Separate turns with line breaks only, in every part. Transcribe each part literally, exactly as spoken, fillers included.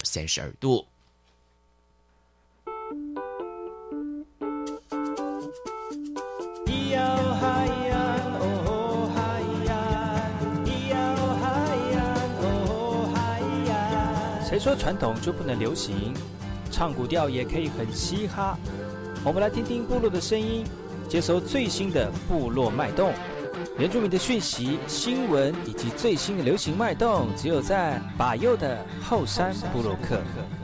三十二度。
谁说传统就不能流行？唱古调也可以很嘻哈。我们来听听部落的声音，接收最新的部落脉动、原住民的讯息、新闻以及最新的流行脉动，只有在把右的后山部落客。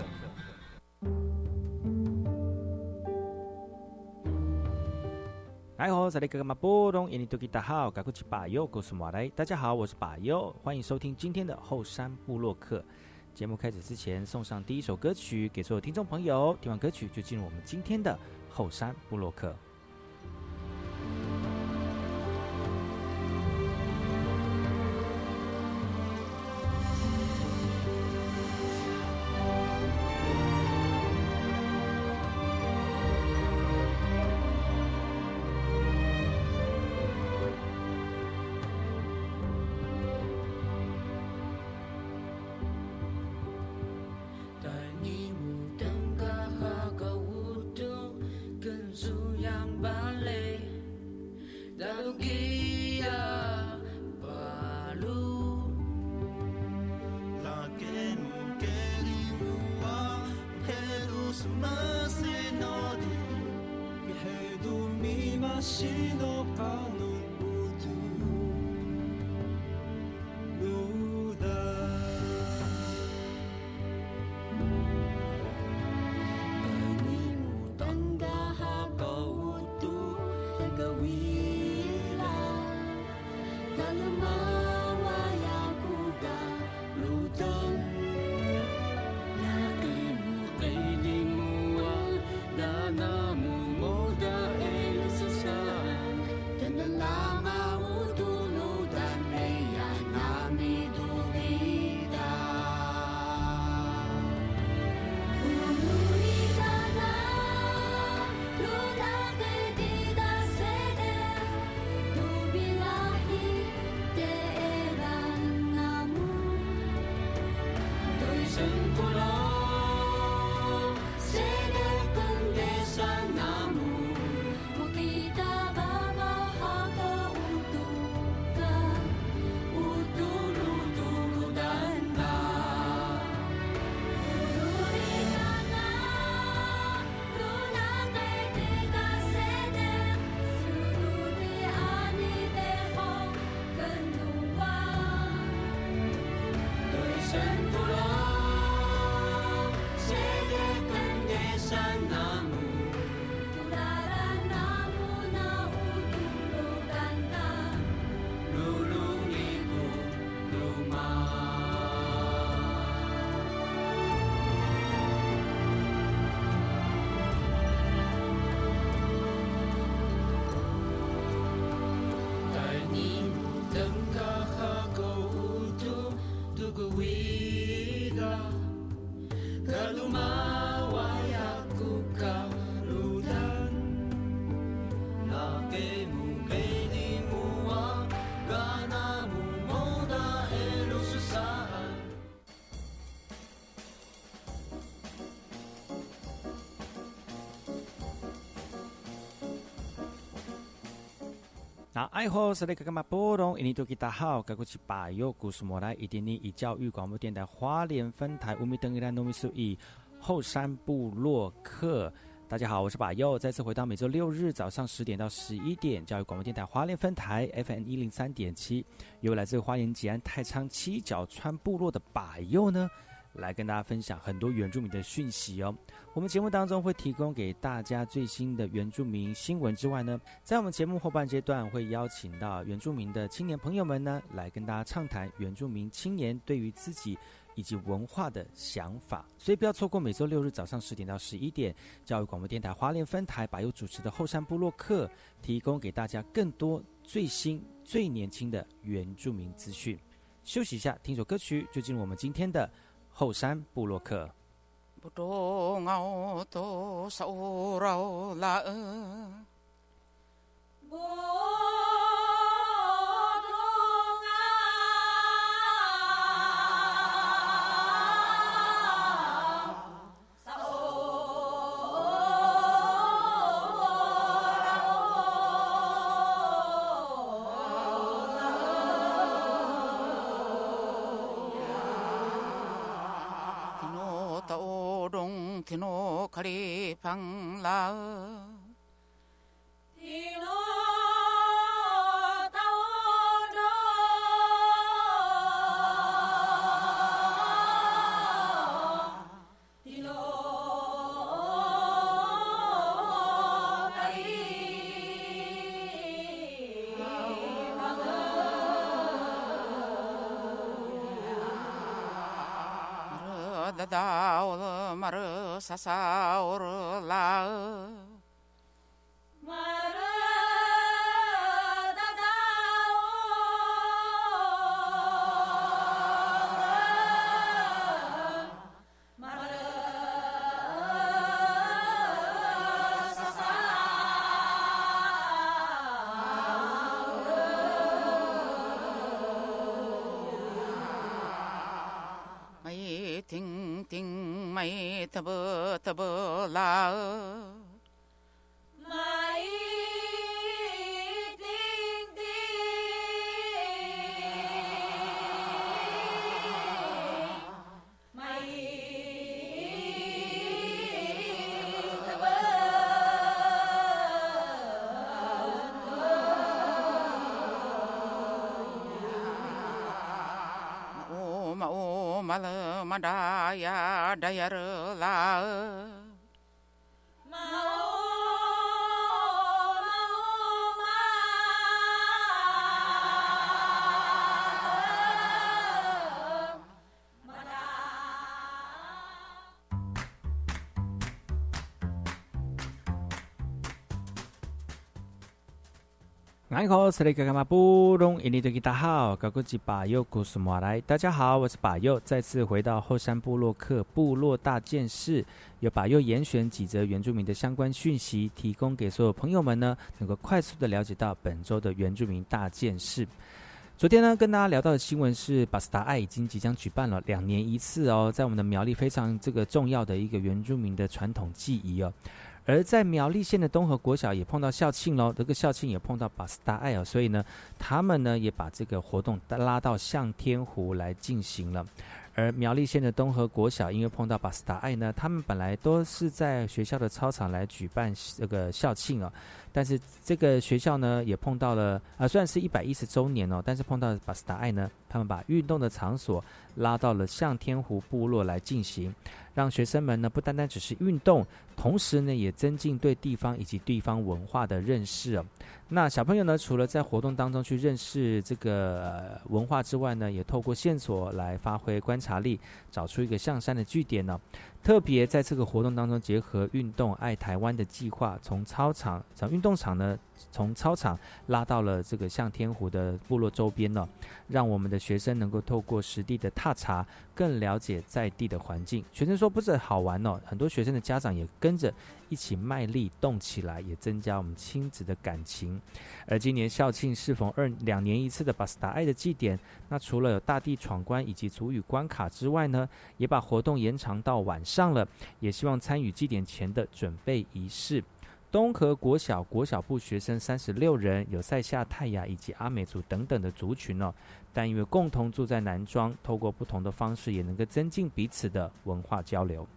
来好，这里哥哥马波隆，印尼多吉大好，赶快去把右，告诉马来。大家好，我是把右，欢迎收听今天的后山部落客。节目开始之前，送上第一首歌曲给所有听众朋友。听完歌曲就进入我们今天的后山部落客。那爱好是那个干嘛波动？印尼多吉大好，该过去把右古苏莫来一点零以教育广播电台花莲分台乌米登伊兰农米苏以后山部落客。大家好，我是把右，再次回到每周六日早上十点到十一点，教育广播电台花莲分台 F M 一零三点七，由来自花莲吉安太仓七角川部落的把右呢，来跟大家分享很多原住民的讯息哦。我们节目当中会提供给大家最新的原住民新闻之外呢，在我们节目后半阶段会邀请到原住民的青年朋友们呢，来跟大家畅谈原住民青年对于自己以及文化的想法。所以不要错过每周六日早上十点到十一点，教育广播电台花莲分台把佑主持的后山部落客，提供给大家更多最新最年轻的原住民资讯。休息一下，听首歌曲，就进入我们今天的后山部落客。不懂奥多少绕拉恩，不懂啊，
到龙天罗卡里旁啦。다다오 마르 사사오르라 마르 다다오 마르 사사오르 마이 팅팅 마이 타버 타버 라 마이 팅팅 마이 타버 마오 마오 마르 마다야 다야르라
你好，是那个干嘛布隆印尼的吉他好，高国际巴佑古苏马来。大家好，我是巴佑，再次回到后山部落客部落大件事，由巴佑严选几则原住民的相关讯息，提供给所有朋友们呢，能够快速的了解到本周的原住民大件事。昨天呢，跟大家聊到的新闻是巴斯达爱已经即将举办了两年一次哦，在我们的苗栗非常这个重要的一个原住民的传统祭仪哦。而在苗栗县的东河国小也碰到校庆咯，这个校庆也碰到巴斯达爱哦，所以呢，他们呢也把这个活动拉到向天湖来进行了。而苗栗县的东河国小因为碰到巴斯达爱呢，他们本来都是在学校的操场来举办这个校庆哦，但是这个学校呢也碰到了，呃，虽然是一百一十周年哦，但是碰到巴斯达爱呢，他们把运动的场所拉到了向天湖部落来进行，让学生们呢不单单只是运动，同时呢也增进对地方以及地方文化的认识哦。那小朋友呢，除了在活动当中去认识这个、呃、文化之外呢，也透过线索来发挥观察力，找出一个象山的据点呢。特别在这个活动当中结合运动爱台湾的计划，从操场从运动场呢从操场拉到了这个向天湖的部落周边呢，让我们的学生能够透过实地的踏查，更了解在地的环境。学生说不是好玩哦，很多学生的家长也跟着一起卖力动起来，也增加我们亲子的感情。而今年校庆适逢二两年一次的巴斯达爱的祭典，那除了有大地闯关以及族语关卡之外呢，也把活动延长到晚上了，也希望参与祭典前的准备仪式。东河国小国小部学生三十六人，有塞夏泰雅以及阿美族等等的族群哦，但因为共同住在南庄，透过不同的方式也能够增进彼此的文化交流。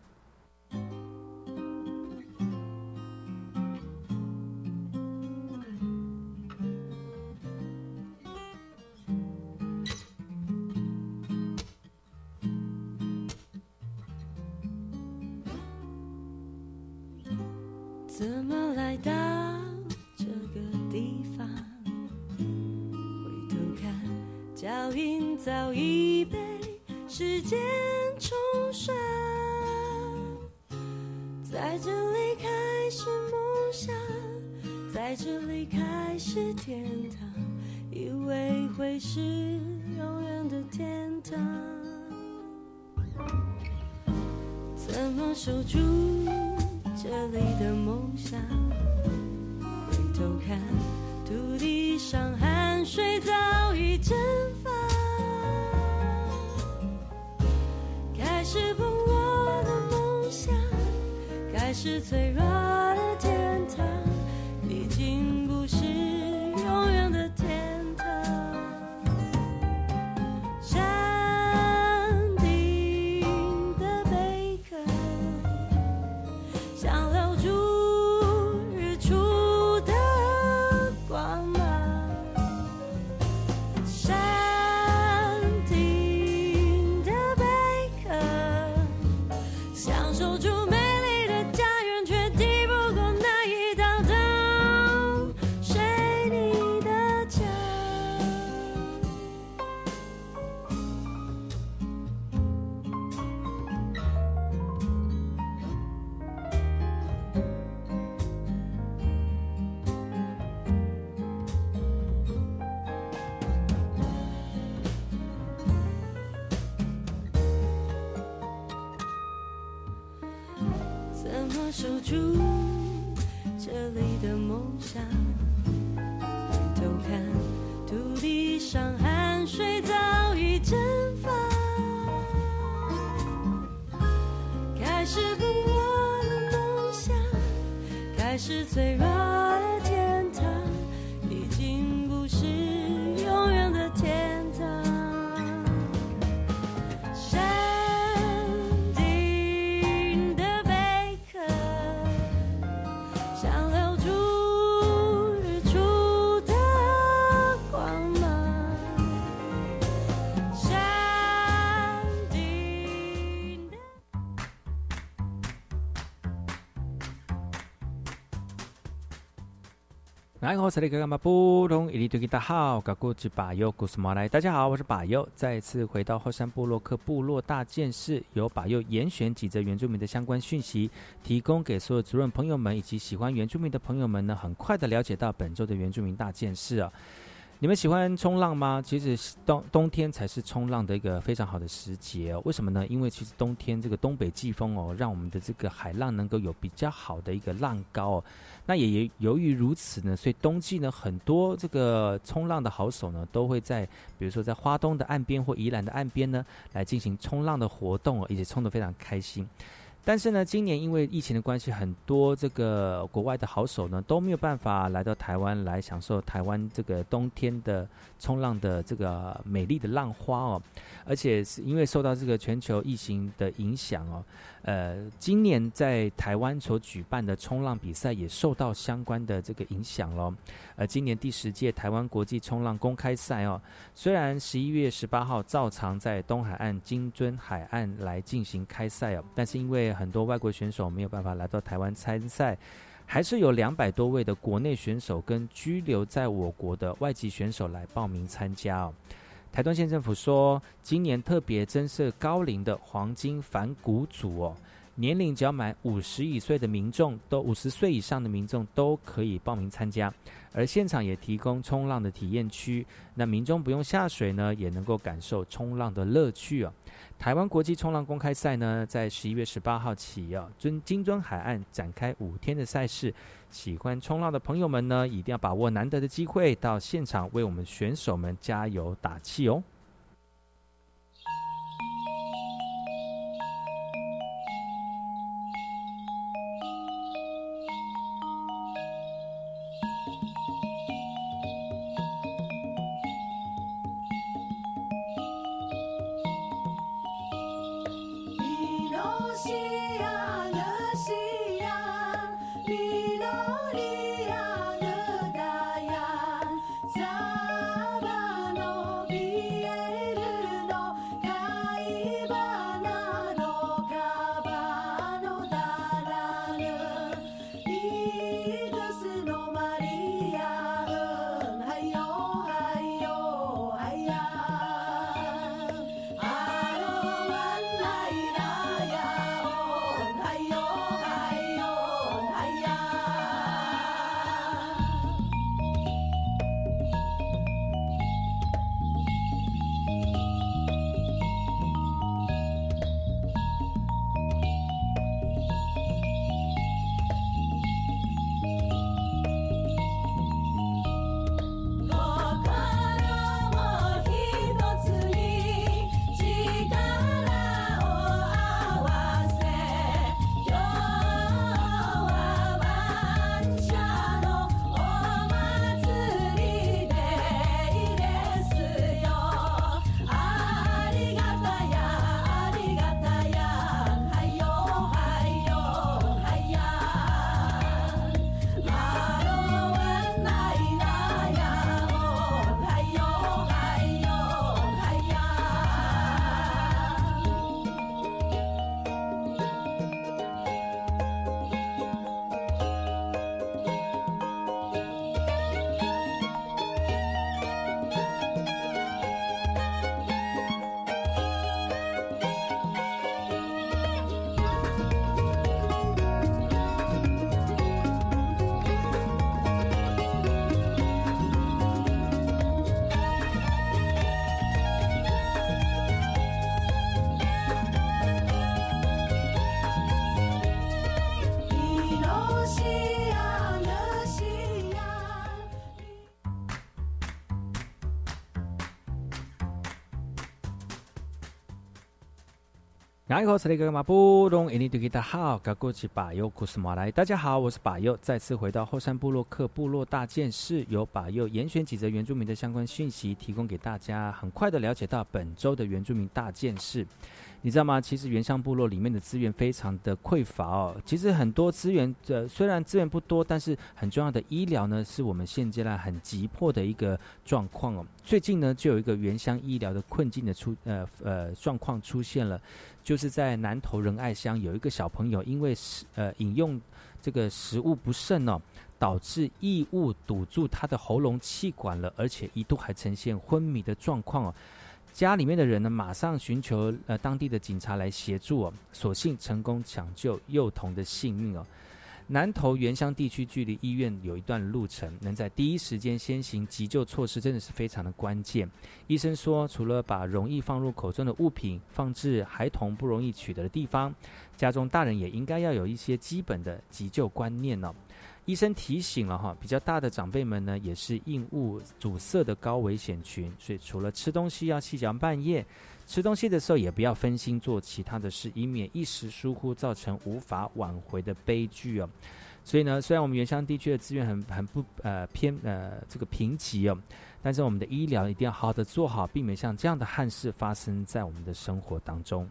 怎么来到这个地方？回头看，脚印早已被时间冲刷。在这里开始梦想，在这里开始天堂，以为会是永远的天堂。怎么守住这里的梦想？回头看，土地上汗水早已蒸发，开始崩落的梦想，开始脆弱的天堂，已经不是永远的天堂。山顶的贝壳想守住美丽的家园，却抵不过那一道道水泥的墙。怎么守住这里的梦想？回头看，土地上汗水早已蒸发。开始奔我的梦想，开始脆弱的天堂，已经不是永远的天堂。
然后这里干嘛不同一里对大好，搞过去把右故事马来。大家好，我是把右，再次回到后山部落客部落大件事，由把右严选几则原住民的相关讯息，提供给所有族人朋友们以及喜欢原住民的朋友们呢，很快的了解到本周的原住民大件事啊。你们喜欢冲浪吗？其实冬冬天才是冲浪的一个非常好的时节哦。为什么呢？因为其实冬天这个东北季风哦，让我们的这个海浪能够有比较好的一个浪高哦。那也由于如此呢，所以冬季呢，很多这个冲浪的好手呢，都会在比如说在花东的岸边或宜兰的岸边呢，来进行冲浪的活动哦，而且冲得非常开心。但是呢，今年因为疫情的关系，很多这个国外的好手呢都没有办法来到台湾来享受台湾这个冬天的冲浪的这个美丽的浪花哦。而且是因为受到这个全球疫情的影响哦，呃，今年在台湾所举办的冲浪比赛也受到相关的这个影响咯。呃，今年第十届台湾国际冲浪公开赛哦，虽然十一月十八号照常在东海岸金樽海岸来进行开赛哦，但是因为很多外国选手没有办法来到台湾参赛，还是有两百多位的国内选手跟居留在我国的外籍选手来报名参加哦。台东县政府说，今年特别增设高龄的黄金反骨组哦，年龄只要满五十以岁的民众，都五十岁以上的民众都可以报名参加。而现场也提供冲浪的体验区，那民众不用下水呢，也能够感受冲浪的乐趣哦。台湾国际冲浪公开赛呢，在十一月十八号起啊，尊金樽海岸展开五天的赛事。喜欢冲浪的朋友们呢，一定要把握难得的机会，到现场为我们选手们加油打气哦。
Sabano
大家好，我是巴佑，再次回到后山部落客部落大件事，由巴佑严选几则原住民的相关讯息，提供给大家，很快的了解到本周的原住民大件事。你知道吗？其实原乡部落里面的资源非常的匮乏哦。其实很多资源，呃，虽然资源不多，但是很重要的医疗呢，是我们现阶段很急迫的一个状况哦。最近呢，就有一个原乡医疗的困境的出，呃呃状况出现了，就是在南投仁爱乡有一个小朋友，因为呃饮用这个食物不慎哦，导致异物堵住他的喉咙气管了，而且一度还呈现昏迷的状况哦。家里面的人呢，马上寻求呃当地的警察来协助哦，所幸成功抢救幼童的性命哦。南投原乡地区距离医院有一段路程，能在第一时间先行急救措施，真的是非常的关键。医生说，除了把容易放入口中的物品放置孩童不容易取得的地方，家中大人也应该要有一些基本的急救观念哦。医生提醒了哈，比较大的长辈们呢，也是硬物阻塞的高危险群，所以除了吃东西要细嚼慢咽，吃东西的时候也不要分心做其他的事，以免一时疏忽造成无法挽回的悲剧哦。所以呢，虽然我们原乡地区的资源很很不呃偏呃这个贫瘠哦，但是我们的医疗一定要好好的做好，避免像这样的憾事发生在我们的生活当中。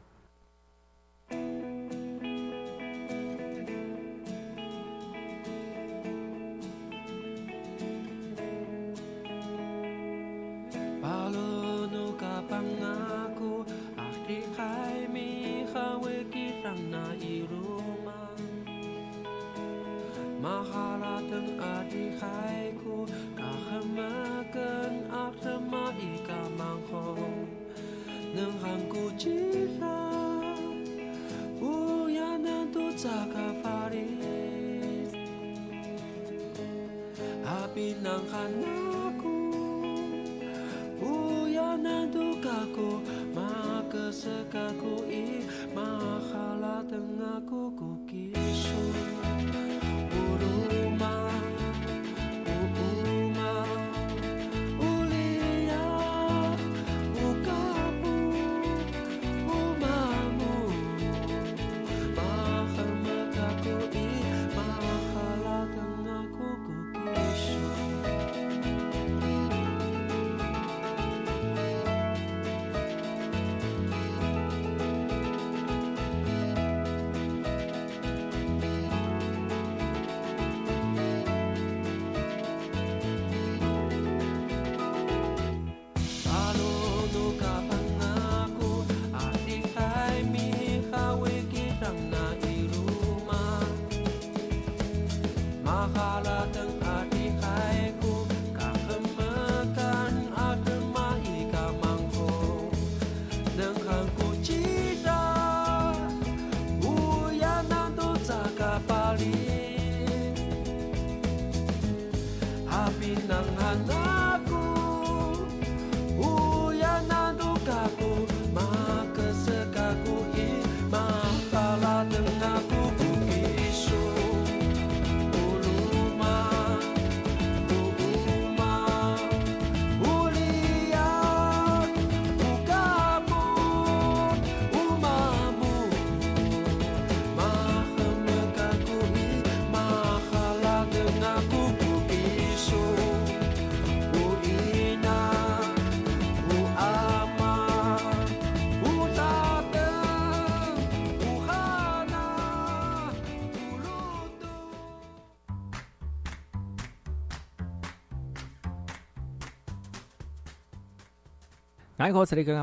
大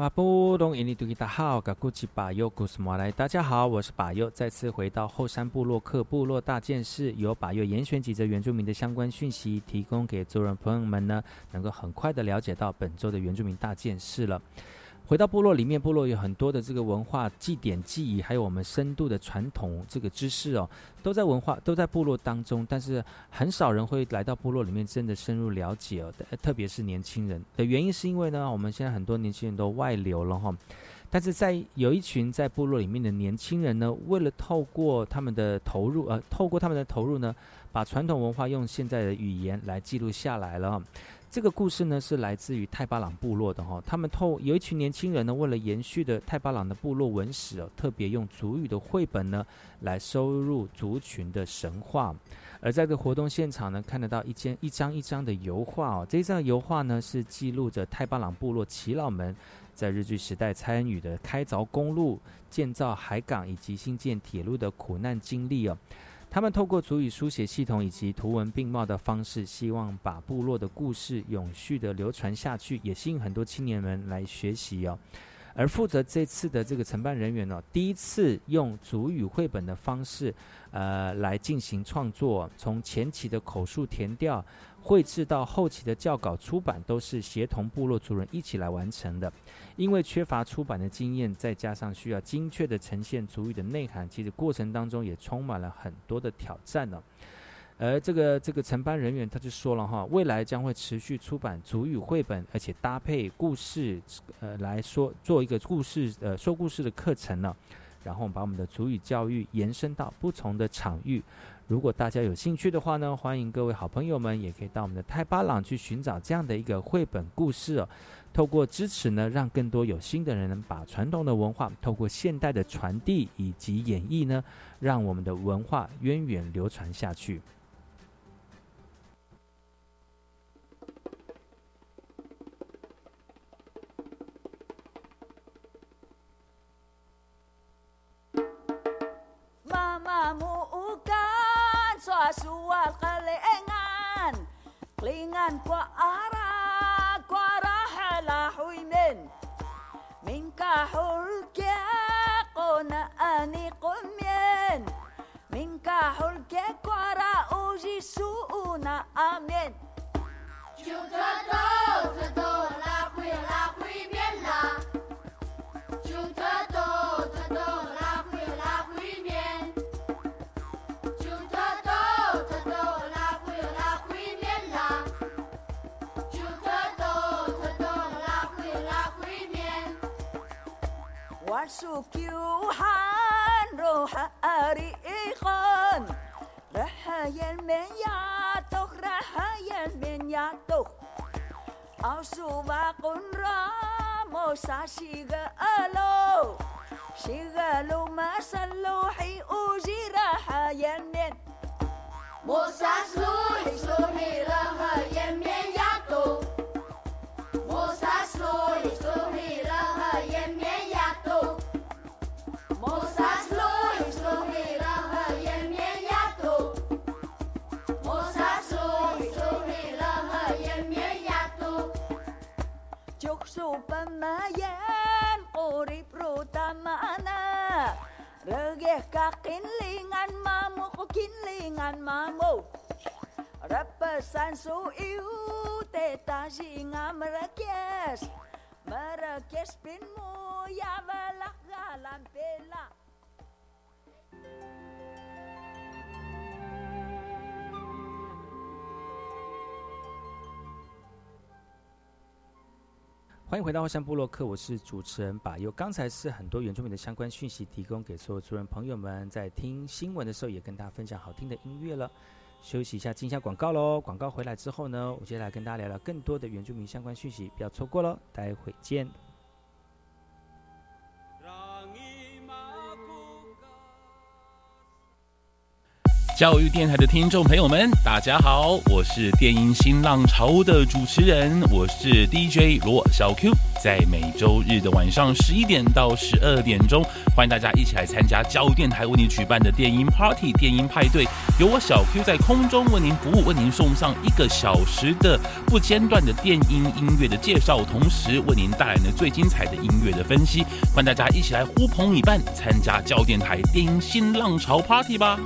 家好，我是巴佑，再次回到后山部落客部落大件事，由巴佑严选几则原住民的相关讯息，提供给族人朋友们呢，能够很快的了解到本周的原住民大件事了。回到部落里面，部落有很多的这个文化祭典记忆，还有我们深度的传统这个知识哦，都在文化都在部落当中，但是很少人会来到部落里面真的深入了解哦，特别是年轻人的原因是因为呢，我们现在很多年轻人都外流了哈，但是在有一群在部落里面的年轻人呢，为了透过他们的投入，呃，透过他们的投入呢，把传统文化用现在的语言来记录下来了。 这个故事呢是来自于太巴朗部落的哈、哦，他们透有一群年轻人呢，为了延续的太巴朗的部落文史哦，特别用族语的绘本呢来收入族群的神话。而在这个活动现场呢，看得到一间一张一张的油画哦，这一张油画呢是记录着太巴朗部落耆老们在日据时代参与的开凿公路、建造海港以及兴建铁路的苦难经历哦。他们透过族语书写系统以及图文并茂的方式，希望把部落的故事永续的流传下去，也吸引很多青年们来学习哦。而负责这次的这个承办人员哦，第一次用族语绘本的方式，呃，来进行创作，从前期的口述填调、绘制到后期的校稿出版，都是协同部落族人一起来完成的。因为缺乏出版的经验，再加上需要精确的呈现族语的内涵，其实过程当中也充满了很多的挑战呢、哦。而这个这个承办人员他就说了哈，未来将会持续出版族语绘本，而且搭配故事，呃，来说做一个故事呃说故事的课程呢。然后把我们的族语教育延伸到不同的场域。如果大家有兴趣的话呢，欢迎各位好朋友们也可以到我们的太巴朗去寻找这样的一个绘本故事哦。透过支持呢，让更多有心的人能把传统的文化透过现代的传递以及演绎呢，让我们的文化源远流传下去。
Sual kalengan klingan kwa ara kwa rahala huimen minka hulke kona ani kumyen minka hulke kwa ra uji suuna amen
Chuta to to la kui la kui bien la Chuta to to la kui la kui bien
Wasukyuhan roha ariikhan Rahayan men yatok rahayan men yatok Ausubakun ramo sa sigalo Sigalo masaluhi uji rahayan men
Mosas luhi sluhi rahayan men yatok Mosas luhi sluhi rahayan men yatok Mosas luhi sluhi rahayan men yatok Mosas luhi sluhi rahayan men yatok
Juksu pamayan urip rutamana Regeh kakinlingan mamu kukinlingan mamu Rapasan su iu teta singa merakes Merakes pinmu ya balak galam pela
欢迎回到后山部落客，我是主持人把佑。刚才是很多原住民的相关讯息提供给所有族人朋友们，在听新闻的时候也跟大家分享好听的音乐了。休息一下，进一下广告喽。广告回来之后呢，我接下来跟大家聊聊更多的原住民相关讯息，不要错过喽。待会见。
教育电台的听众朋友们，大家好，我是电音新浪潮的主持人，我是 D J 罗小 Q， 在每周日的晚上十一点到十二点钟，欢迎大家一起来参加教育电台为您举办的电音 Party 电音派对，由我小 Q 在空中为您服务，为您送上一个小时的不间断的电音音乐的介绍，同时为您带来呢最精彩的音乐的分析，欢迎大家一起来呼朋引伴，参加教育电台电音新浪潮 Party 吧。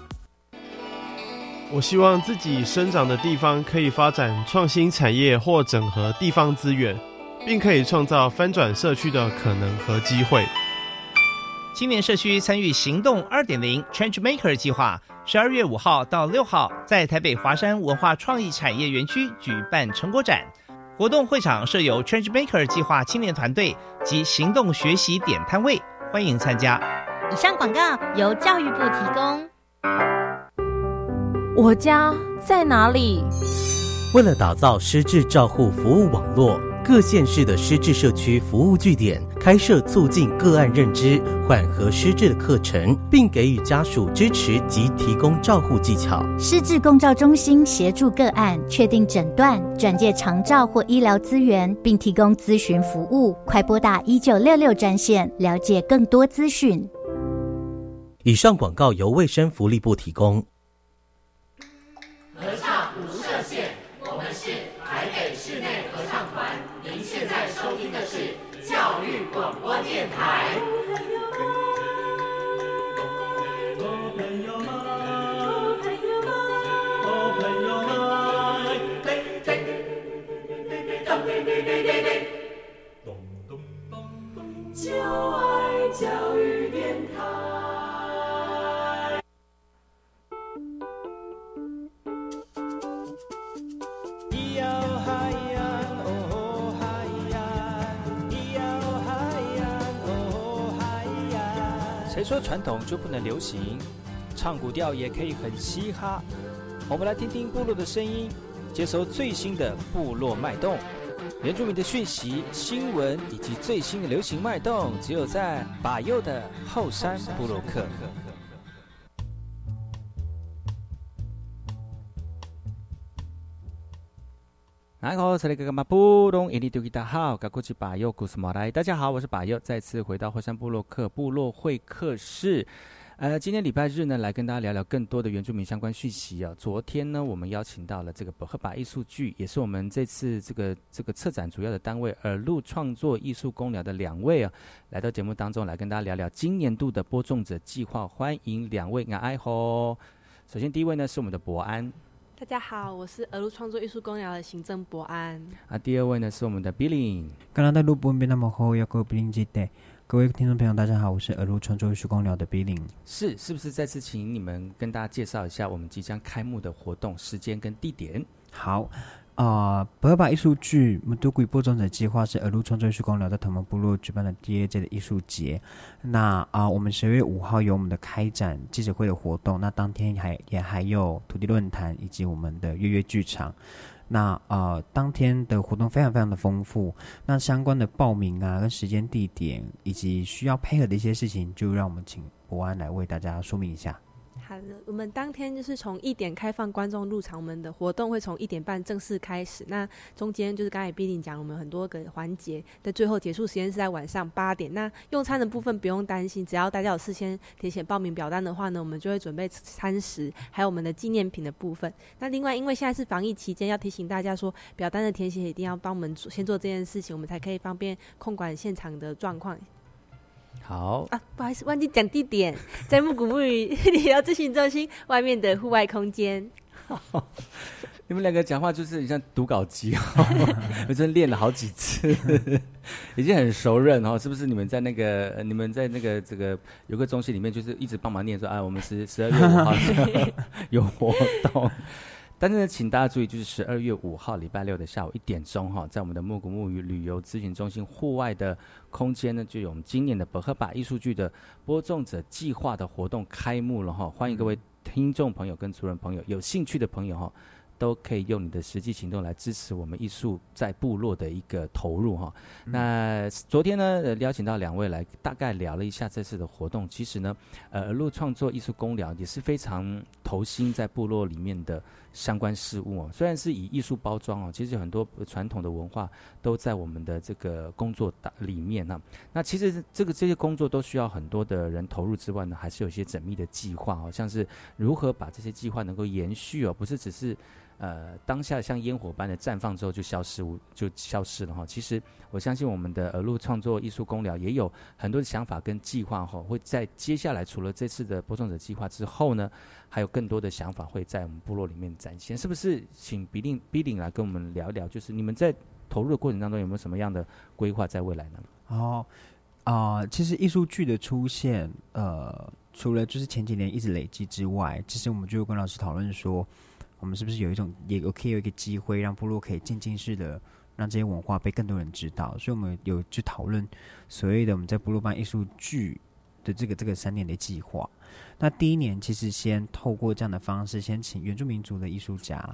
我希望自己生长的地方可以发展创新产业或整合地方资源，并可以创造翻转社区的可能和机会。
青年社区参与行动 二点零 Change Maker 计划，十二月五号到六号在台北华山文化创意产业园区举办成果展。活动会场设有 Change Maker 计划青年团队及行动学习点摊位，欢迎参加。
以上广告由教育部提供。
我家在哪里？ 为了打造失智照护服务网络，各县市的失智社区服务据点开设促进个案认知、缓和失智的课程，并给予家属支持及提供照护技巧。
失智共照中心协助个案确定诊断、转介长照或医疗资源，并提供咨询服务。快拨打一九六六专线，了解更多资讯。
以上广告由卫生福利部提供。
合唱无设限，我们是台北室内合唱团。您现在收听的是教育广播电台。就爱教育电台。
谁说传统就不能流行？唱古调也可以很嘻哈。我们来听听部落的声音，接收最新的部落脉动、原住民的讯息、新闻以及最新的流行脉动，只有在把右的后山部落客。大家好，我是把右，再次回到后山部落客部落会客室。呃，今天礼拜日呢，来跟大家聊聊更多的原住民相关讯息啊。昨天呢，我们邀请到了这个伯赫巴艺术剧，也是我们这次这个这个策展主要的单位耳鹿创作艺术公寮的两位啊，来到节目当中来跟大家聊聊今年度的播种者计划。欢迎两位，爱吼。首先第一位呢是我们的博安。
大家好，我是耳鹿创作艺术公寮的行政博安。
啊，第二位呢是我们的 Billing。
刚刚在录播边那么后要各位 Billing 记得，各位听众朋友，大家好，我是耳鹿创作艺术公寮的 Billing。
是，是不是再次请你们跟大家介绍一下我们即将开幕的活动时间跟地点？
好。啊，伯赫巴艺术剧《木都鬼播种者计划》是耳鹿创作艺术公寮在头毛部落举办的第二届的艺术节。那啊，我们十月五号有我们的开展记者会的活动，那当天还也还有土地论坛以及我们的月月剧场。那呃，当天的活动非常非常的丰富。那相关的报名啊、跟时间、地点以及需要配合的一些事情，就让我们请博安来为大家说明一下。
好的，我们当天就是从一点开放观众入场，我们的活动会从一点半正式开始。那中间就是刚才毕竟讲，我们很多个环节的最后结束时间是在晚上八点。那用餐的部分不用担心，只要大家有事先填写报名表单的话呢，我们就会准备餐食，还有我们的纪念品的部分。那另外，因为现在是防疫期间，要提醒大家说，表单的填写一定要帮我们先做这件事情，我们才可以方便控管现场的状况。
好
啊，不好意思，忘记讲地点，在木古木语理疗咨询中心外面的户外空间。
你们两个讲话就是很像读稿机哦，我真练了好几次，已经很熟稔哦，是不是？你们在那个你们在那个这个游客中心里面，就是一直帮忙念说，啊，我们是十二月五号有活动。但是呢，请大家注意，就是十二月五号礼拜六的下午一点钟哈，在我们的木古木语旅游咨询中心户外的空间呢，就有我们今年的伯赫巴艺术剧的播种者计划的活动开幕了哈。欢迎各位听众朋友跟族人朋友，有兴趣的朋友哈，都可以用你的实际行动来支持我们艺术在部落的一个投入哈。嗯、那昨天呢，呃，邀请到两位来，大概聊了一下这次的活动。其实呢，呃，耳鹿创作艺术公寮也是非常投心在部落里面的相关事物哦。虽然是以艺术包装哦，其实很多传统的文化都在我们的这个工作里面哈。那其实这个这些工作都需要很多的人投入之外呢，还是有一些缜密的计划哦，像是如何把这些计划能够延续哦，不是只是呃，当下像烟火般的绽放之后就消失就消失了哈。其实我相信我们的耳鹿创作艺术公寮也有很多的想法跟计划哈，会在接下来除了这次的播种者计划之后呢，还有更多的想法会在我们部落里面展现。是不是请比令比令来跟我们聊一聊，就是你们在投入的过程当中有没有什么样的规划在未来呢？
哦，啊、呃，其实艺术剧的出现，呃，除了就是前几年一直累积之外，其实我们就跟老师讨论说，我们是不是有一种也有可以有一个机会，让部落可以渐进式的让这些文化被更多人知道，所以我们有去讨论所谓的我们在部落办艺术剧的这个这个三年的计划。那第一年其实先透过这样的方式，先请原住民族的艺术家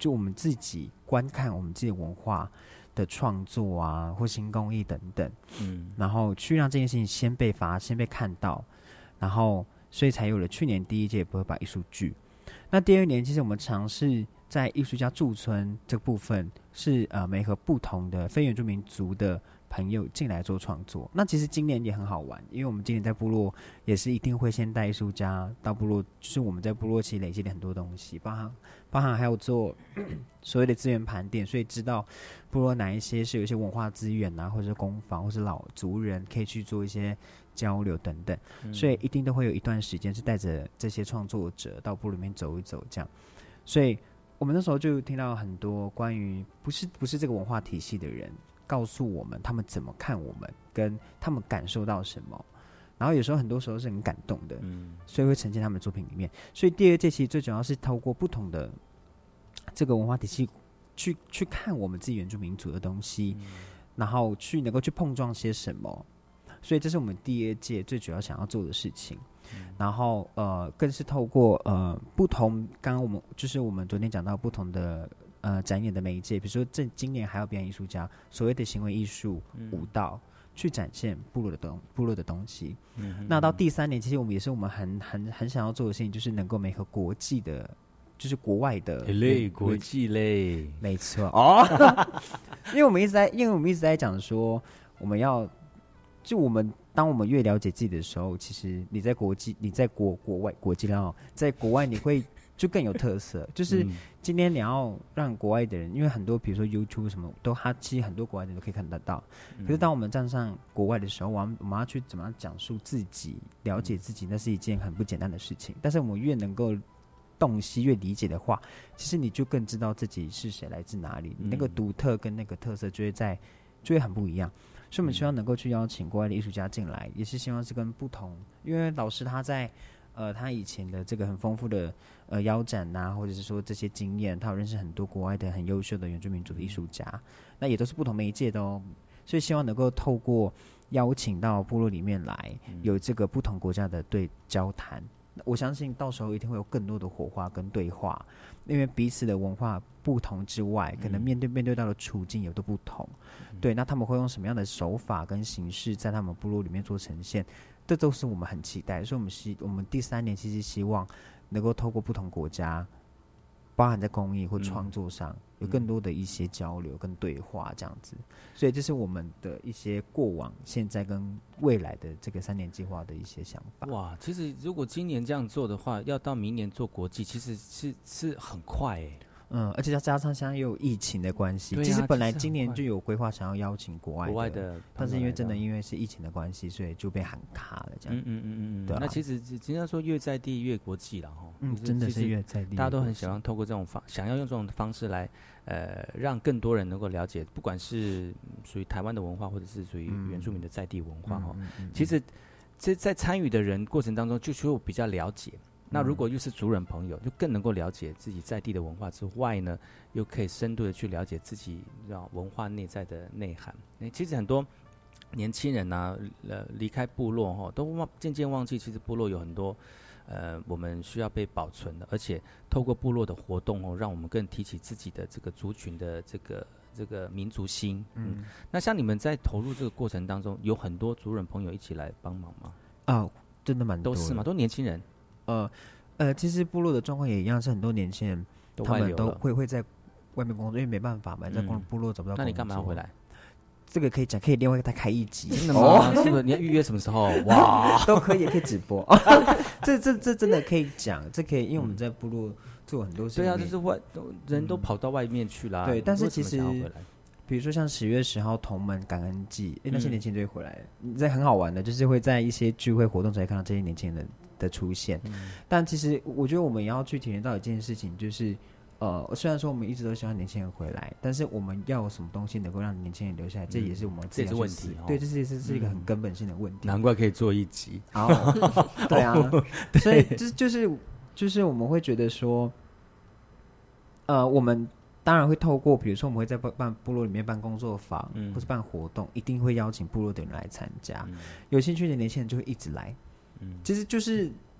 就我们自己观看我们自己的文化的创作啊，或新工艺等等，嗯，然后去让这件事情先被发，先被看到，然后所以才有了去年第一届不会把艺术剧。那第二年，其实我们尝试在艺术家驻村这部分是呃，媒合不同的非原住民族的朋友进来做创作。那其实今年也很好玩，因为我们今年在部落也是一定会先带艺术家到部落，就是我们在部落其实累积了很多东西，包含包含还有做所谓的资源盘点，所以知道部落哪一些是有一些文化资源啊，或者是工坊，或是老族人可以去做一些交流等等，嗯、所以一定都会有一段时间是带着这些创作者到部落里面走一走，这样。所以我们那时候就听到很多关于不是不是这个文化体系的人告诉我们他们怎么看我们，跟他们感受到什么。然后有时候很多时候是很感动的，嗯，所以会呈现他们的作品里面。所以第二届其实最主要是透过不同的这个文化体系去去看我们自己原住民族的东西，嗯、然后去能够去碰撞些什么。所以这是我们第二届最主要想要做的事情。嗯、然后呃，更是透过呃不同，刚刚我们就是我们昨天讲到不同的呃展演的媒介，比如说这今年还有表演艺术家所谓的行为艺术、嗯、舞蹈。去展现部落的东部落的东西，嗯、那到第三年，其实我们也是我们很很很想要做的事情，就是能够媒合国际的，就是国外的
类国际类，
没错哦。因为我们一直在，因为我们一直在讲说，我们要就我们当我们越了解自己的时候，其实你在国际，你在国国外国际啦，在国外你会就更有特色。就是今天你要让国外的人，因为很多比如说 YouTube 什么都，他其实很多国外的人都可以看得到。嗯、可是当我们站上国外的时候，我们我们要去怎么样讲述自己，了解自己，那是一件很不简单的事情。但是我们越能够洞悉、越理解的话，其实你就更知道自己是谁，来自哪里，嗯、那个独特跟那个特色就会在就会很不一样。所以我们希望能够去邀请国外的艺术家进来，也是希望是跟不同，因为老师他在呃他以前的这个很丰富的呃腰展呐、啊，或者是说这些经验，他有认识很多国外的很优秀的原住民族的艺术家，那也都是不同媒介的哦。所以希望能够透过邀请到部落里面来，有这个不同国家的对交谈。我相信到时候一定会有更多的火花跟对话，因为彼此的文化不同之外，可能面对面对到的处境也都不同。嗯、对，那他们会用什么样的手法跟形式在他们部落里面做呈现，这都是我们很期待。所以我们希我们第三年其实希望能够透过不同国家，包含在工艺或创作上，嗯、有更多的一些交流跟对话这样子。所以这是我们的一些过往、现在跟未来的这个三年计划的一些想法。
哇，其实如果今年这样做的话，要到明年做国际，其实是是很快哎。
嗯，而且加上现在又有疫情的关系，啊、其实本来今年就有规划想要邀请国外的，
国外的，
但是因为真的因为是疫情的关系，所以就被喊卡了这样。嗯嗯
嗯嗯，对、啊。那其实人家说越在地越国际了哈，
嗯，真的是越在地越，
大家都很想要透过这种方，想要用这种方式来，呃，让更多人能够了解，不管是属于台湾的文化，或者是属于原住民的在地文化哈。嗯嗯嗯嗯、其实，这在参与的人过程当中，就就比较了解。那如果又是族人朋友，就更能够了解自己在地的文化之外呢，又可以深度的去了解自己文化内在的内涵。其实很多年轻人啊，呃，离开部落哈，都忘渐渐忘记，其实部落有很多呃我们需要被保存的，而且透过部落的活动哦，让我们更提起自己的这个族群的这个这个民族心。嗯，嗯那像你们在投入这个过程当中，有很多族人朋友一起来帮忙吗？
啊，真的蛮多的，
都是吗？都年轻人。
呃呃，其实部落的状况也一样，是很多年轻人他们都会会在外面工作，因为没办法嘛，在工部落找不到工作。那
你干嘛要回来？
这个可以讲，可以另外再开一集。
真的吗？哦、是不是？你要预约什么时候？哇，
都可以，也可以直播。这这这真的可以讲，这可以，因为我们在部落做很多事情。
对啊，就是外人都跑到外面去啦。
嗯、对，但是其实，比如说像十月十号同门感恩季，那些年轻人就会回来。嗯、这很好玩的，就是会在一些聚会活动才看到这些年轻人的出现。嗯、但其实我觉得我们也要去体验到一件事情，就是呃，虽然说我们一直都希望年轻人回来，但是我们要有什么东西能够让年轻人留下来，嗯、这也是我们自己的
问题。哦、
对，这是这是一个很根本性的问题。
难怪可以做一集。
哦，对啊，所以就就是就是我们会觉得说，呃，我们当然会透过，比如说我们会在办部落里面办工作坊，嗯、或是办活动，一定会邀请部落的人来参加。嗯、有兴趣的年轻人就会一直来。嗯、其实就是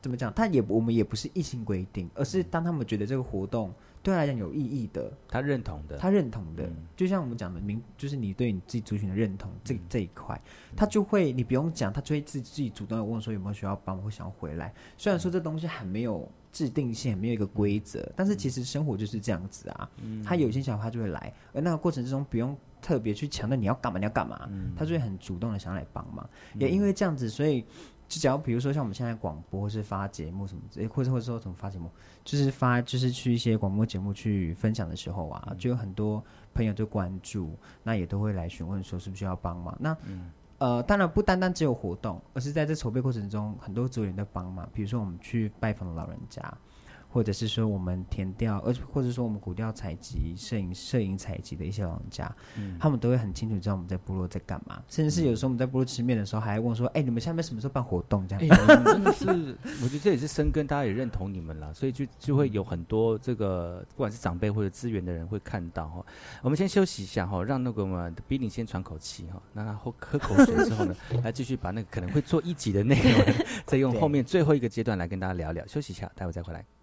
怎么讲？他也我们也不是硬性规定，而是当他们觉得这个活动对他来讲有意义的，
他认同的，
他认同的，
嗯、
就像我们讲的，民就是你对你自己族群的认同，这这一块，他就会你不用讲，他就会自己自己主动的问说有没有需要帮我，或想要回来。虽然说这东西很没有制定性，很没有一个规则，但是其实生活就是这样子啊。嗯、他有些小孩他就会来，而那个过程之中不用特别去强调你要干嘛你要干嘛，嗯、他就会很主动的想要来帮忙。嗯、也因为这样子，所以。就只要比如说像我们现在广播或是发节目什么之类，或者或者说怎么发节目，就是发就是去一些广播节目去分享的时候啊，就有很多朋友就关注，那也都会来询问说是不是要帮忙。那、嗯、呃，当然不单单只有活动，而是在这筹备过程中，很多组员在帮忙。比如说我们去拜访老人家，或者是说我们田调，而或者说我们古调采集、摄影、摄影采集的一些老人家，嗯、他们都会很清楚知道我们在部落在干嘛，甚至是有时候我们在部落吃面的时候，还会问说：“哎、欸，你们下面什么时候办活动？”这样，
欸、真的是，我觉得这也是深耕，大家也认同你们啦，所以就就会有很多这个不管是长辈或者资源的人会看到哈。我们先休息一下哈，让那个我们的 Billy 先喘口气哈，让他喝喝口水之后呢，来继续把那个可能会做一集的内容，再用后面最后一个阶段来跟大家聊聊。休息一下，待会再回来。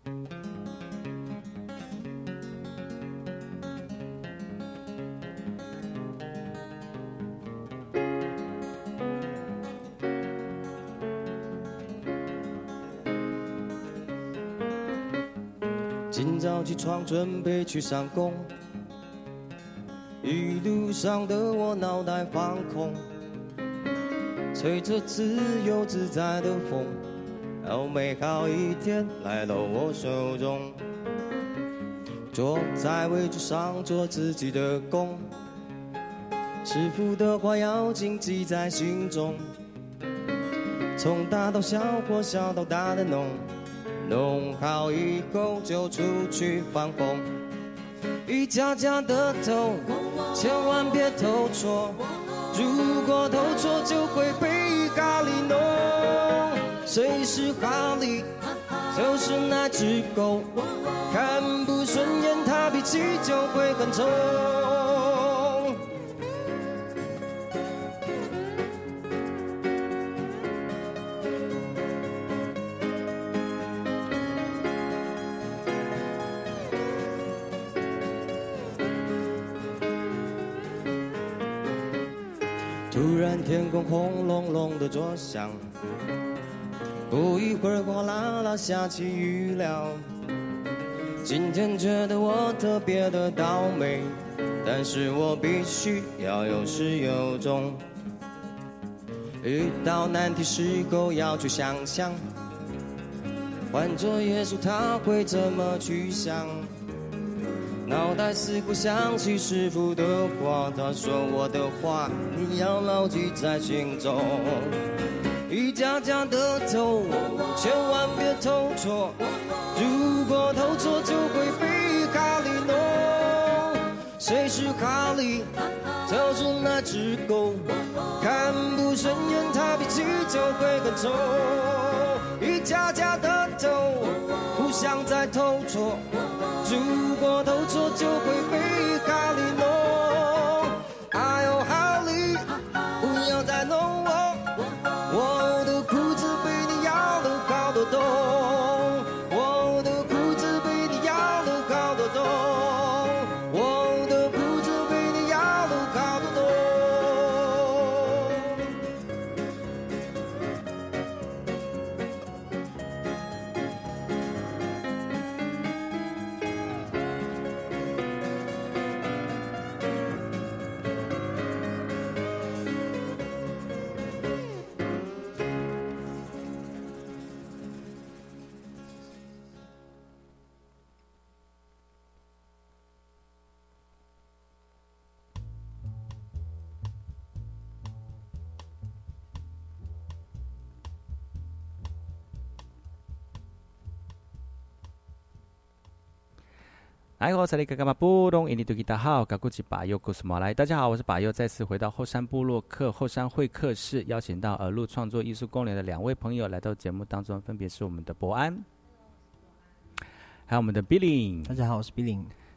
今早起床准备去上工，一路上的我脑袋放空，吹着自由自在的风，好美好一天来到我手中。坐在位置上做自己的工，师傅的话要谨记在心中，从大到小或小到大的弄，弄好以后就出去放风。一家家的头千万别投错，如果投错就会被咖喱弄。谁是哈利就是那只狗，看不顺眼它脾气就会很冲。突然天空轰隆隆的作响，不一会儿哗啦啦下起雨了。今天觉得我特别的倒霉，但是我必须要有始有终。遇到难题时候要去想想，换做耶稣他会怎么去想。脑袋似乎想起师父的话，他说我的话你要牢记在心中。一家家的投千万别投错，如果投错就会被咖喱弄。谁是咖喱就是那只狗，看不顺眼他脾气就会很冲。一家家的投互相在投错，如果投错就会被咖喱弄。哎呦哈利不要再弄我，我的裤子被你咬了好多洞，我的裤子被你咬了好多洞，我的裤子被你咬了好多洞。
来，我是那个干嘛不懂？印尼对大家好，我是巴佑，故事马来。大家好，我是巴佑，再次回到后山部落客后山会客室，邀请到耳路创作艺术公联的两位朋友来到节目当中，分别是我们的博安，还有我们的 Billy。
大家好，我是 Billy。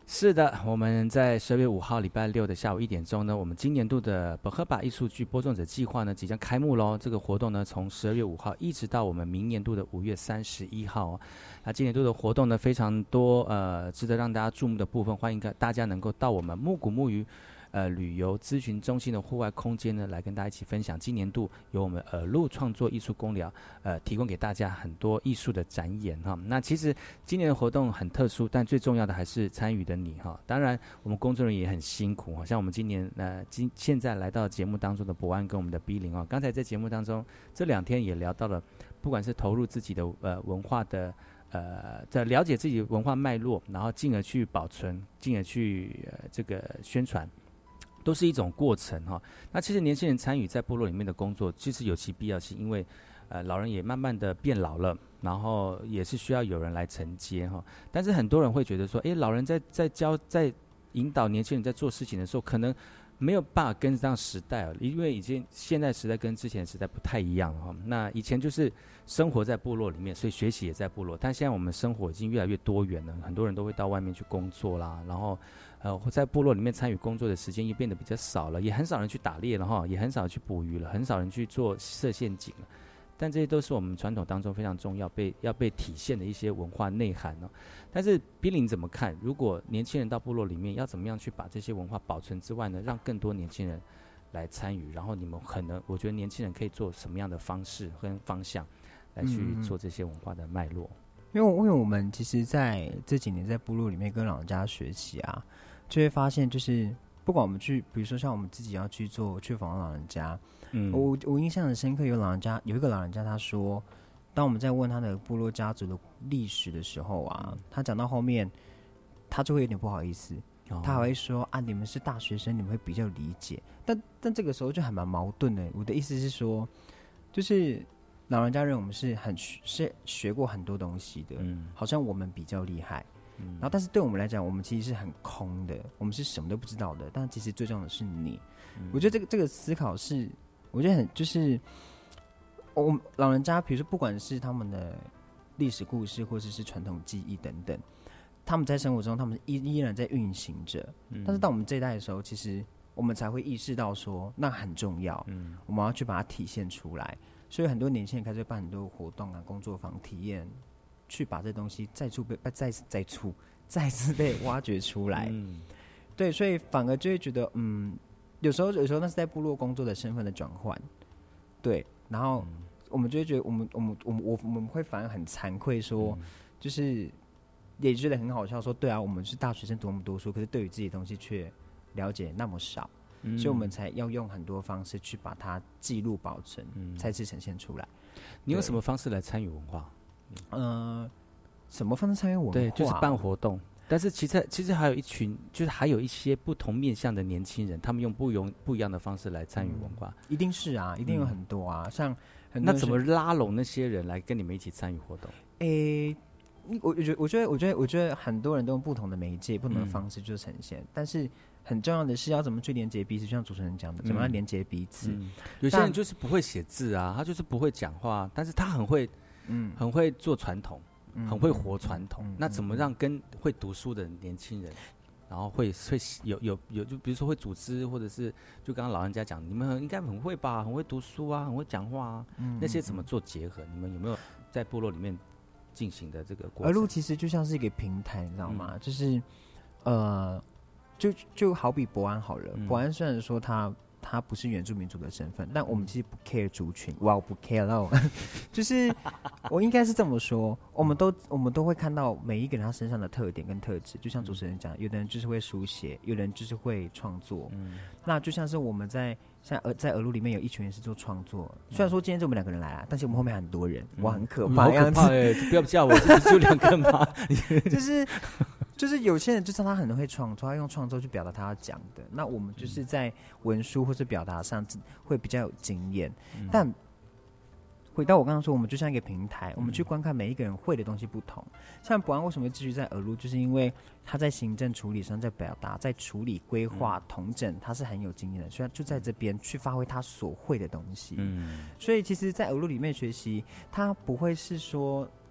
是的，我们在十二月五号礼拜六的下午一点钟呢，我们今年度的伯克巴艺术剧播种者计划呢即将开幕喽。这个活动呢，从十二月五号一直到我们明年度的五月三十一号、哦。那今年度的活动呢非常多，呃，值得让大家注目的部分，欢迎大家能够到我们木谷木鱼呃旅游咨询中心的户外空间呢，来跟大家一起分享今年度由我们耳路创作艺术工疗呃提供给大家很多艺术的展演哈。那其实今年的活动很特殊，但最重要的还是参与的你哈。当然我们工作人员也很辛苦，好像我们今年呃今现在来到节目当中的博安跟我们的 B 零哦，刚才在节目当中这两天也聊到了，不管是投入自己的呃文化的呃在了解自己的文化脉络，然后进而去保存，进而去呃这个宣传。都是一种过程哈。那其实年轻人参与在部落里面的工作，其实有其必要性，因为呃老人也慢慢的变老了，然后也是需要有人来承接哈。但是很多人会觉得说，哎，老人在在教在引导年轻人在做事情的时候，可能没有办法跟上时代了，因为已经现在时代跟之前的时代不太一样了哈。那以前就是生活在部落里面，所以学习也在部落，但现在我们生活已经越来越多元了，很多人都会到外面去工作啦，然后呃在部落里面参与工作的时间也变得比较少了，也很少人去打猎了哈，也很少人去捕鱼了，很少人去做设陷阱了。但这些都是我们传统当中非常重要被要被体现的一些文化内涵哦。但是宾林怎么看？如果年轻人到部落里面，要怎么样去把这些文化保存之外呢？让更多年轻人来参与，然后你们可能，我觉得年轻人可以做什么样的方式跟方向来去做这些文化的脉络？
因为因为我们其实在这几年在部落里面跟老人家学习啊，就会发现就是不管我们去，比如说像我们自己要去做去访问老人家。嗯，我我印象很深刻，有老人家有一个老人家，他说，当我们在问他的部落家族的历史的时候啊，他讲到后面，他就会有点不好意思，哦、他还会说啊，你们是大学生，你们会比较理解，但但这个时候就还蛮矛盾的。我的意思是说，就是老人家认为我们是很是学过很多东西的，嗯，好像我们比较厉害。嗯、然后，但是对我们来讲，我们其实是很空的，我们是什么都不知道的。但其实最重要的是你，嗯、我觉得这个这个思考是。我觉得很就是我们老人家，比如说不管是他们的历史故事，或者是传统技艺等等，他们在生活中他们依依然在运行着。嗯、但是到我们这一代的时候，其实我们才会意识到说那很重要，嗯、我们要去把它体现出来。所以很多年轻人开始办很多活动啊、工作坊、体验，去把这东西再次被再再次再次被挖掘出来。嗯、对，所以反而就会觉得嗯。有时候，有时候那是在部落工作的身份的转换，对，然后我们就会觉得，我们，我们，我们，我们会反而很惭愧说，嗯、就是也觉得很好笑，说对啊，我们是大学生读那么多书，可是对于自己的东西却了解那么少，嗯、所以我们才要用很多方式去把它记录保存，嗯、再次呈现出来。
你用什么方式来参与文化？
呃，什么方式参与文化？
对，就是办活动。但是其实其实还有一群，就是还有一些不同面向的年轻人，他们用不用不一样的方式来参与文化、
嗯，一定是啊，一定有很多啊，嗯、像很
多那怎么拉拢那些人来跟你们一起参与活动？
诶、欸，我我觉得我觉得我觉得我觉得很多人都用不同的媒介、不同的方式就呈现，嗯、但是很重要的是要怎么去连接彼此，就像主持人讲的，怎么样连接彼此、嗯。
有些人就是不会写字啊，他就是不会讲话，但是他很会，嗯，很会做传统。很会活传统、嗯嗯，那怎么让跟会读书的年轻人，然后会会有有有，就比如说会组织，或者是就刚刚老人家讲，你们应该很会吧，很会读书啊，很会讲话啊，嗯、那些怎么做结合？你们有没有在部落里面进行的这个过程？
耳路其实就像是一个平台，你知道吗？嗯、就是呃，就就好比博安好了，嗯、博安虽然说他。他不是原住民族的身份，但我们其实不 care 族群，哇，我不 care 喽。就是我应该是这么说，我们都我们都会看到每一个人他身上的特点跟特质，就像主持人讲，有的人就是会书写，有的人就是会创作。嗯，那就像是我们在像呃在耳路里面有一群人是做创作，虽然说今天就我们两个人来了，但是我们后面很多人，嗯、哇，很可怕的样子。
好可怕哎！不要叫我，就只有两个吗？
就是。就是有些人就是他很会创作，他用创作去表达他要讲的。那我们就是在文书或是表达上会比较有经验。嗯、但回到我刚刚说，我们就像一个平台，我们去观看每一个人会的东西不同。像博安为什么会继续在耳路，就是因为他在行政处理上，在表达、在处理、规划、统整，他是很有经验的，所以他就在这边去发挥他所会的东西。嗯，所以其实，在耳路里面学习，他不会是说。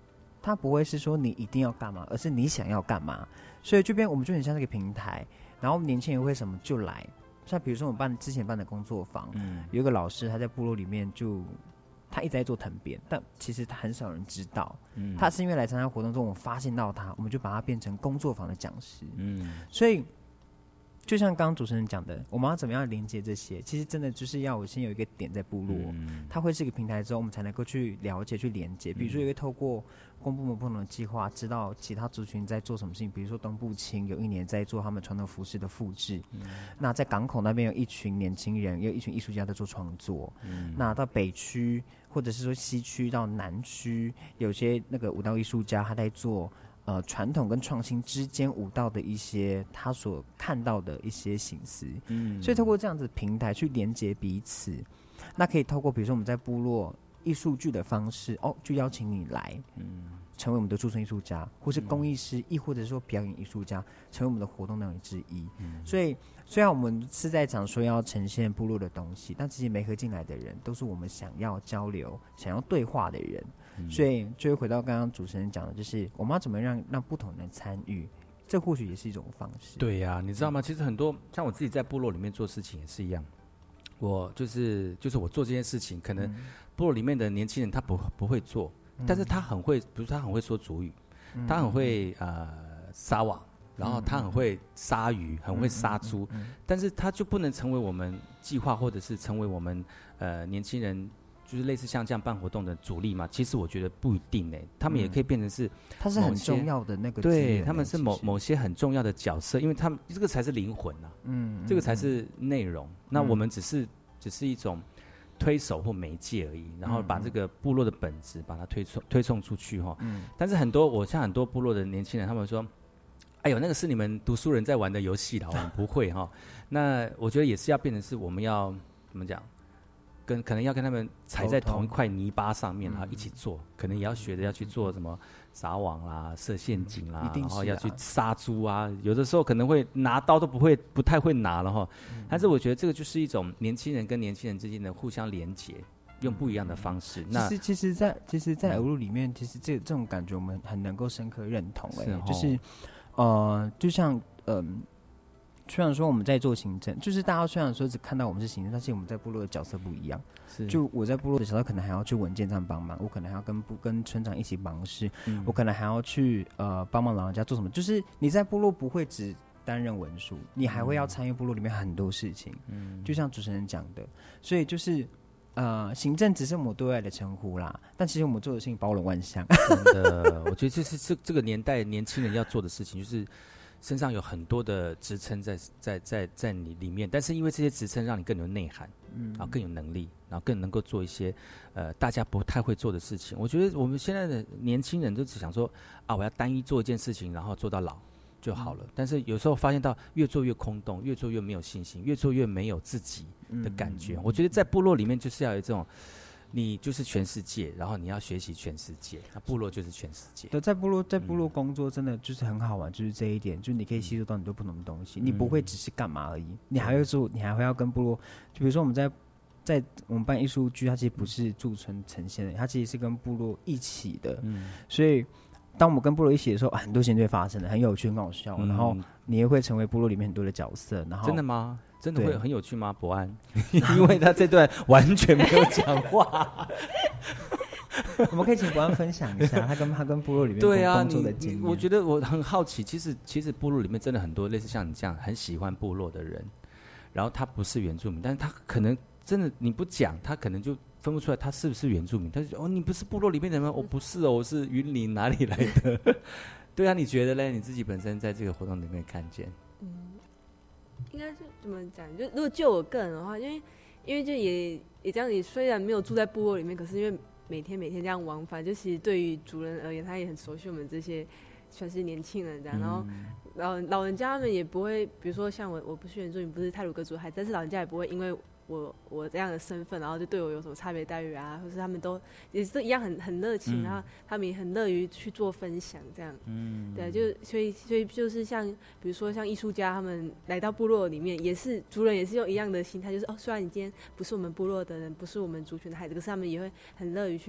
它不会是说你一定要干嘛，而是你想要干嘛。所以这边我们就很像这个平台，然后年轻人会什么就来。像比如说我们办之前办的工作坊，嗯，有一个老师他在部落里面就他一直在做藤编，但其实他很少人知道，嗯，他是因为来参加活动中我们发现到他，我们就把他变成工作坊的讲师，嗯，所以就像刚刚主持人讲的，我们要怎么样连接这些？其实真的就是要我先有一个点在部落，嗯、它会是一个平台之后，我们才能够去了解、去连接。比如说，也会透过公部门不同的计划，知道其他族群在做什么事情。比如说东部青有一年在做他们传统服饰的复制，嗯、那在港口那边有一群年轻人，有一群艺术家在做创作。嗯、那到北区或者是说西区到南区，有些那个舞蹈艺术家他在做。呃，传统跟创新之间舞蹈的一些他所看到的一些形式，嗯，所以透过这样子的平台去连接彼此，那可以透过比如说我们在部落艺术剧的方式，哦，就邀请你来，嗯，成为我们的驻村艺术家，或是工艺师，亦、嗯、或者说表演艺术家，成为我们的活动内容之一。嗯，所以虽然我们是在讲说要呈现部落的东西，但其实媒合进来的人都是我们想要交流、想要对话的人。所以就会回到刚刚主持人讲的，就是我们要怎么让让不同人参与，这或许也是一种方式。
对呀、啊，你知道吗？其实很多像我自己在部落里面做事情也是一样，我就是就是我做这件事情，可能部落里面的年轻人他不不会做，嗯、但是他很会，比如说他很会说族语，嗯、他很会呃撒网，然后他很会杀鱼，很会杀猪，嗯嗯嗯、但是他就不能成为我们计划或者是成为我们呃年轻人。就是类似像这样办活动的主力嘛，其实我觉得不一定哎、欸，他们也可以变成是，
他是很重要的那个，
对，他们是某某些很重要的角色，因为他们这个才是灵魂啊，嗯，这个才是内容。嗯、那我们只是只是一种推手或媒介而已，然后把这个部落的本质把它推送推送出去哈。嗯，但是很多我像很多部落的年轻人，他们说，哎呦，那个是你们读书人在玩的游戏啦，我们不会哈。那我觉得也是要变成是我们要怎么讲？跟可能要跟他们踩在同一块泥巴上面，然后一起做，嗯、可能也要学着要去做什么撒网啦、设陷阱啦，
嗯、
然后要去杀猪啊。有的时候可能会拿刀都不会，不太会拿了哈。嗯、但是我觉得这个就是一种年轻人跟年轻人之间的互相连结，用不一样的方式。嗯、那
其实，其实在，其实，在，在俄路里面，其实这这种感觉我们很能够深刻认同、欸。哎，就是呃，就像嗯。呃虽然说我们在做行政，就是大家虽然说只看到我们是行政，但是我们在部落的角色不一样。是，就我在部落的角色，可能还要去文件上帮忙，我可能还要跟部跟村长一起忙事，嗯、我可能还要去呃帮忙老人家做什么。就是你在部落不会只担任文书，你还会要参与部落里面很多事情。嗯，就像主持人讲的，所以就是呃，行政只是我们对外的称呼啦，但其实我们做的事情包罗万象。
真的，我觉得这是这这个年代年轻人要做的事情，就是。身上有很多的职称在在在在你里面，但是因为这些职称让你更有内涵，嗯，然后更有能力，然后更能够做一些呃大家不太会做的事情。我觉得我们现在的年轻人都只想说啊，我要单一做一件事情，然后做到老就好了。嗯、但是有时候发现到越做越空洞，越做越没有信心，越做越没有自己的感觉。嗯、我觉得在部落里面就是要有这种。你就是全世界，然后你要学习全世界，那部落就是全世界。
对，在部落在部落工作真的就是很好玩，嗯、就是这一点，就是你可以吸收到很多不同的东西，嗯、你不会只是干嘛而已，你还会做，你还会要跟部落，就比如说我们在在我们办艺术剧，它其实不是驻村呈现的，它其实是跟部落一起的，嗯，所以当我们跟部落一起的时候，很多事情就会发生的，很有趣，很好笑，嗯、然后你也会成为部落里面很多的角色，然后
真的吗？真的会很有趣吗？博安，因为他这段完全没有讲话。
我们可以请博安分享一下他跟他跟部落里面
对啊
工作的经验。
我觉得我很好奇，其实其实部落里面真的很多类似像你这样很喜欢部落的人，然后他不是原住民，但是他可能真的你不讲，他可能就分不出来他是不是原住民。他就说哦，你不是部落里面的人吗？我、哦、不是哦，我是云林哪里来的？对啊，你觉得嘞？你自己本身在这个活动里面看见？
嗯。应该是怎么讲？就如果就我个人的话，因为因为就也也这样，你虽然没有住在部落里面，可是因为每天每天这样往返，就其实对于主人而言，他也很熟悉我们这些算是年轻人这样。然后，然后老人家他们也不会，比如说像我，我不是原住民，不是太鲁阁族孩子，但是老人家也不会因为我我这样的身份，然后就对我有什么差别待遇啊，或是他们都也是一样很很热情，嗯、然后他们也很乐于去做分享这样。嗯，对，就所以所以就是像比如说像艺术家他们来到部落里面，也是族人也是用一样的心态，就是哦，虽然你今天不是我们部落的人，不是我们族群的孩子，可是他们也会很乐于去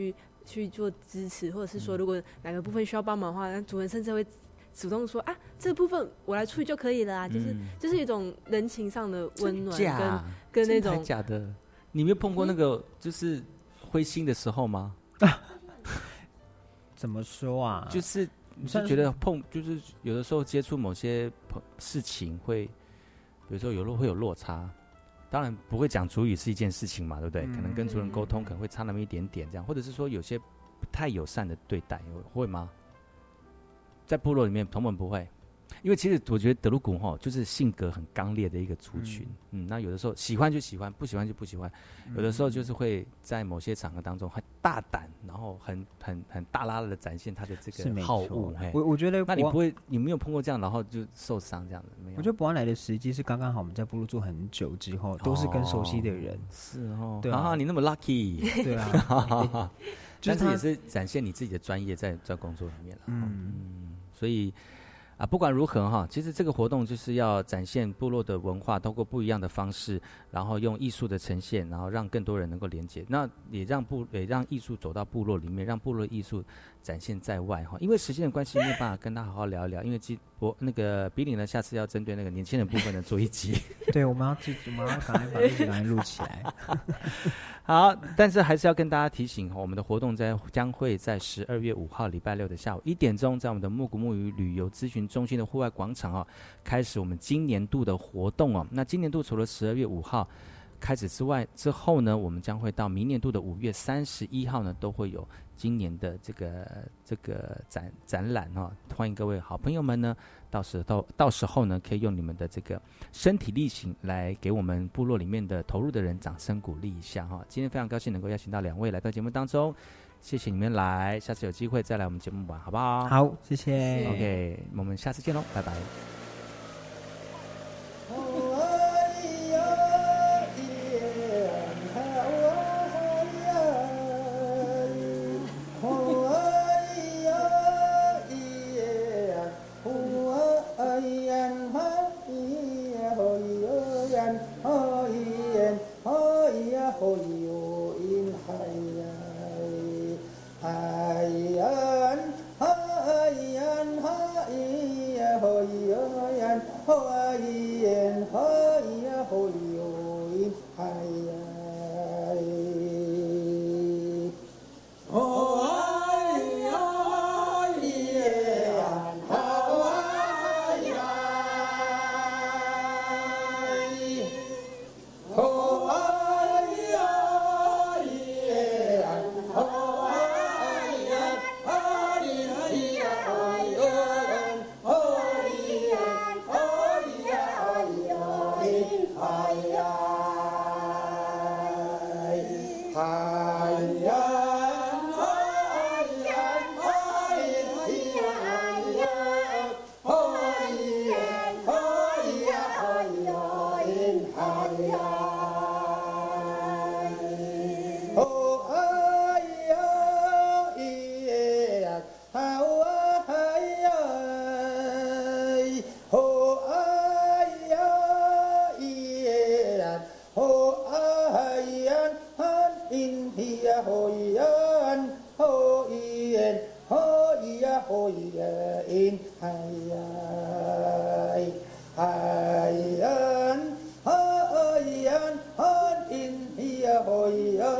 去做支持，或者是说如果哪个部分需要帮忙的话，那主人甚至会主动说啊，这个部分我来处理就可以了啊，就是、嗯、就是一种人情上的温暖跟跟那种。
真的假的？你没有碰过那个就是灰心的时候吗？
怎么说啊？
就是你是觉得碰，就是有的时候接触某些事情会，比如说有时候会有落差。当然不会讲主语是一件事情嘛，对不对？嗯、可能跟主人沟通可能会差那么一点点这样，或者是说有些不太友善的对待，会吗？在部落里面，同盟不会，因为其实我觉得德鲁古哈就是性格很刚烈的一个族群，嗯, 嗯，那有的时候喜欢就喜欢，不喜欢就不喜欢，有的时候就是会在某些场合当中很大胆，然后很很很大拉的展现他的这个好恶。
我我觉得，
那你不会，你没有碰过这样，然后就受伤这样的没有？
我觉得博安来的时机是刚刚好，我们在部落做很久之后，都是跟熟悉的人，哦
是哦，
对啊，
你那么 lucky， 对
啊，
但是也是展现你自己的专业在在工作里面了，嗯嗯，所以。啊，不管如何哈，其实这个活动就是要展现部落的文化，通过不一样的方式，然后用艺术的呈现，然后让更多人能够连接。那也让部也让艺术走到部落里面，让部落艺术展现在外哈。因为时间的关系，没有办法跟他好好聊一聊。因为基我那个比利呢，下次要针对那个年轻人部分呢做一集。
对，我们要记，我们要赶快把这集赶快录起来。
好，但是还是要跟大家提醒，我们的活动在将会在十二月五号礼拜六的下午一点钟，在我们的木古木鱼旅游咨询中心的户外广场哦，开始我们今年度的活动哦。那今年度除了十二月五号开始之外，之后呢，我们将会到明年度的五月三十一号呢，都会有今年的这个这个展展览哦。欢迎各位好朋友们呢，到时到到时候呢，可以用你们的这个身体力行来给我们部落里面的投入的人掌声鼓励一下哈。今天非常高兴能够邀请到两位来到节目当中。谢谢你们来，下次有机会再来我们节目玩，好不好？
好，谢谢。
OK， 我们下次见喽，拜拜。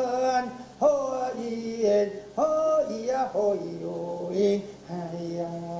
ho yo in hai